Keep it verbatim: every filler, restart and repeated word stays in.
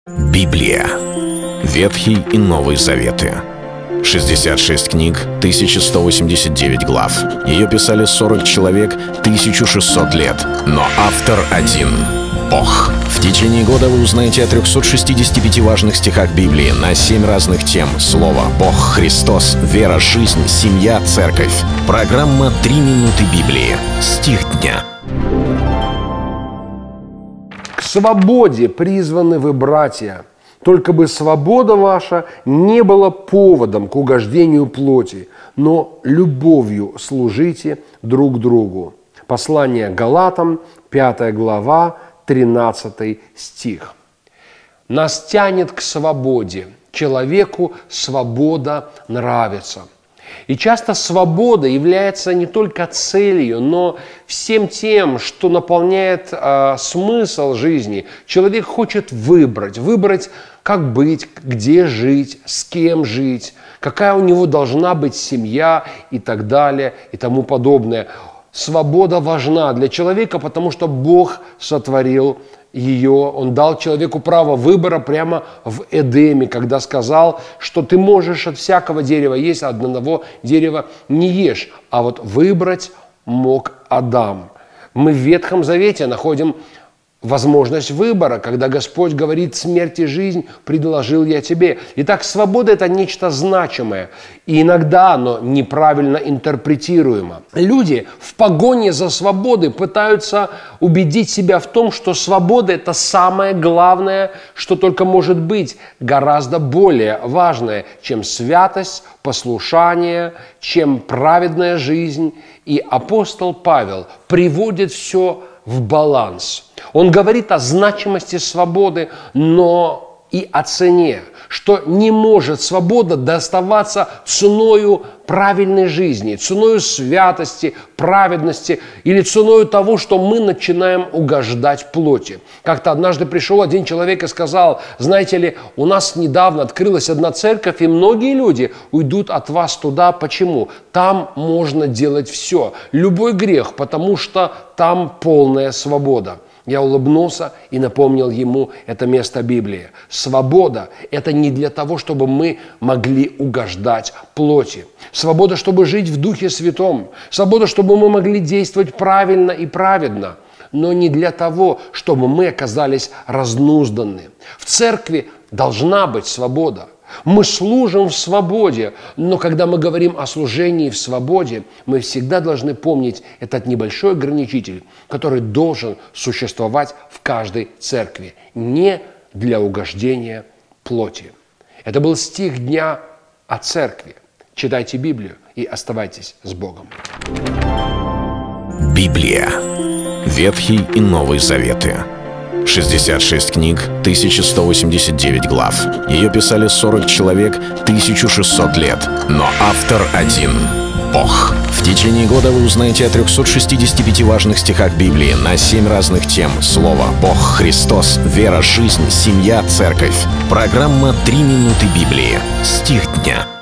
Библия. Ветхий и Новый Заветы. шестьдесят шесть книг, тысяча сто восемьдесят девять глав. Ее писали сорок человек, тысяча шестьсот лет. Но автор один — Бог. В течение года вы узнаете о трёхстах шестидесяти пяти важных стихах Библии на семь разных тем. Слово, Бог, Христос, вера, жизнь, семья, церковь. Программа «Три минуты Библии». Стих дня. К свободе призваны вы, братья, только бы свобода ваша не была поводом к угождению плоти, но любовью служите друг другу. Послание Галатам, пятая глава, тринадцатый стих. Нас тянет к свободе. Человеку свобода нравится. И часто свобода является не только целью, но всем тем, что наполняет э, смысл жизни. Человек хочет выбрать, выбрать, как быть, где жить, с кем жить, какая у него должна быть семья и так далее и тому подобное. Свобода важна для человека, потому что Бог сотворил ее, Он дал человеку право выбора прямо в Эдеме, когда сказал, что ты можешь от всякого дерева есть, а от одного дерева не ешь. А вот выбрать мог Адам. Мы в Ветхом Завете находим возможность выбора, когда Господь говорит: смерть и жизнь предложил я тебе. Итак, свобода – это нечто значимое. И иногда оно неправильно интерпретируемо. Люди в погоне за свободой пытаются убедить себя в том, что свобода – это самое главное, что только может быть, гораздо более важное, чем святость, послушание, чем праведная жизнь. И апостол Павел приводит все в баланс. Он говорит о значимости свободы, но и о цене, что не может свобода доставаться ценою правильной жизни, ценою святости, праведности или ценою того, что мы начинаем угождать плоти. Как-то однажды пришел один человек и сказал: знаете ли, у нас недавно открылась одна церковь, и многие люди уйдут от вас туда. Почему? Там можно делать все, любой грех, потому что там полная свобода. Я улыбнулся и напомнил ему это место Библии. Свобода – это не для того, чтобы мы могли угождать плоти. Свобода, чтобы жить в Духе Святом. Свобода, чтобы мы могли действовать правильно и праведно. Но не для того, чтобы мы оказались разнузданы. В церкви должна быть свобода. Мы служим в свободе, но когда мы говорим о служении в свободе, мы всегда должны помнить этот небольшой ограничитель, который должен существовать в каждой церкви, не для угождения плоти. Это был стих дня о церкви. Читайте Библию и оставайтесь с Богом. Библия. Ветхий и Новый Заветы. шестьдесят шесть книг, тысяча сто восемьдесят девять глав. Ее писали сорок человек, тысяча шестьсот лет. Но автор один — Бог. В течение года вы узнаете о трёхстах шестидесяти пяти важных стихах Библии на семь разных тем. Слово, Бог, Христос, вера, жизнь, семья, церковь. Программа «Три минуты Библии». Стих дня.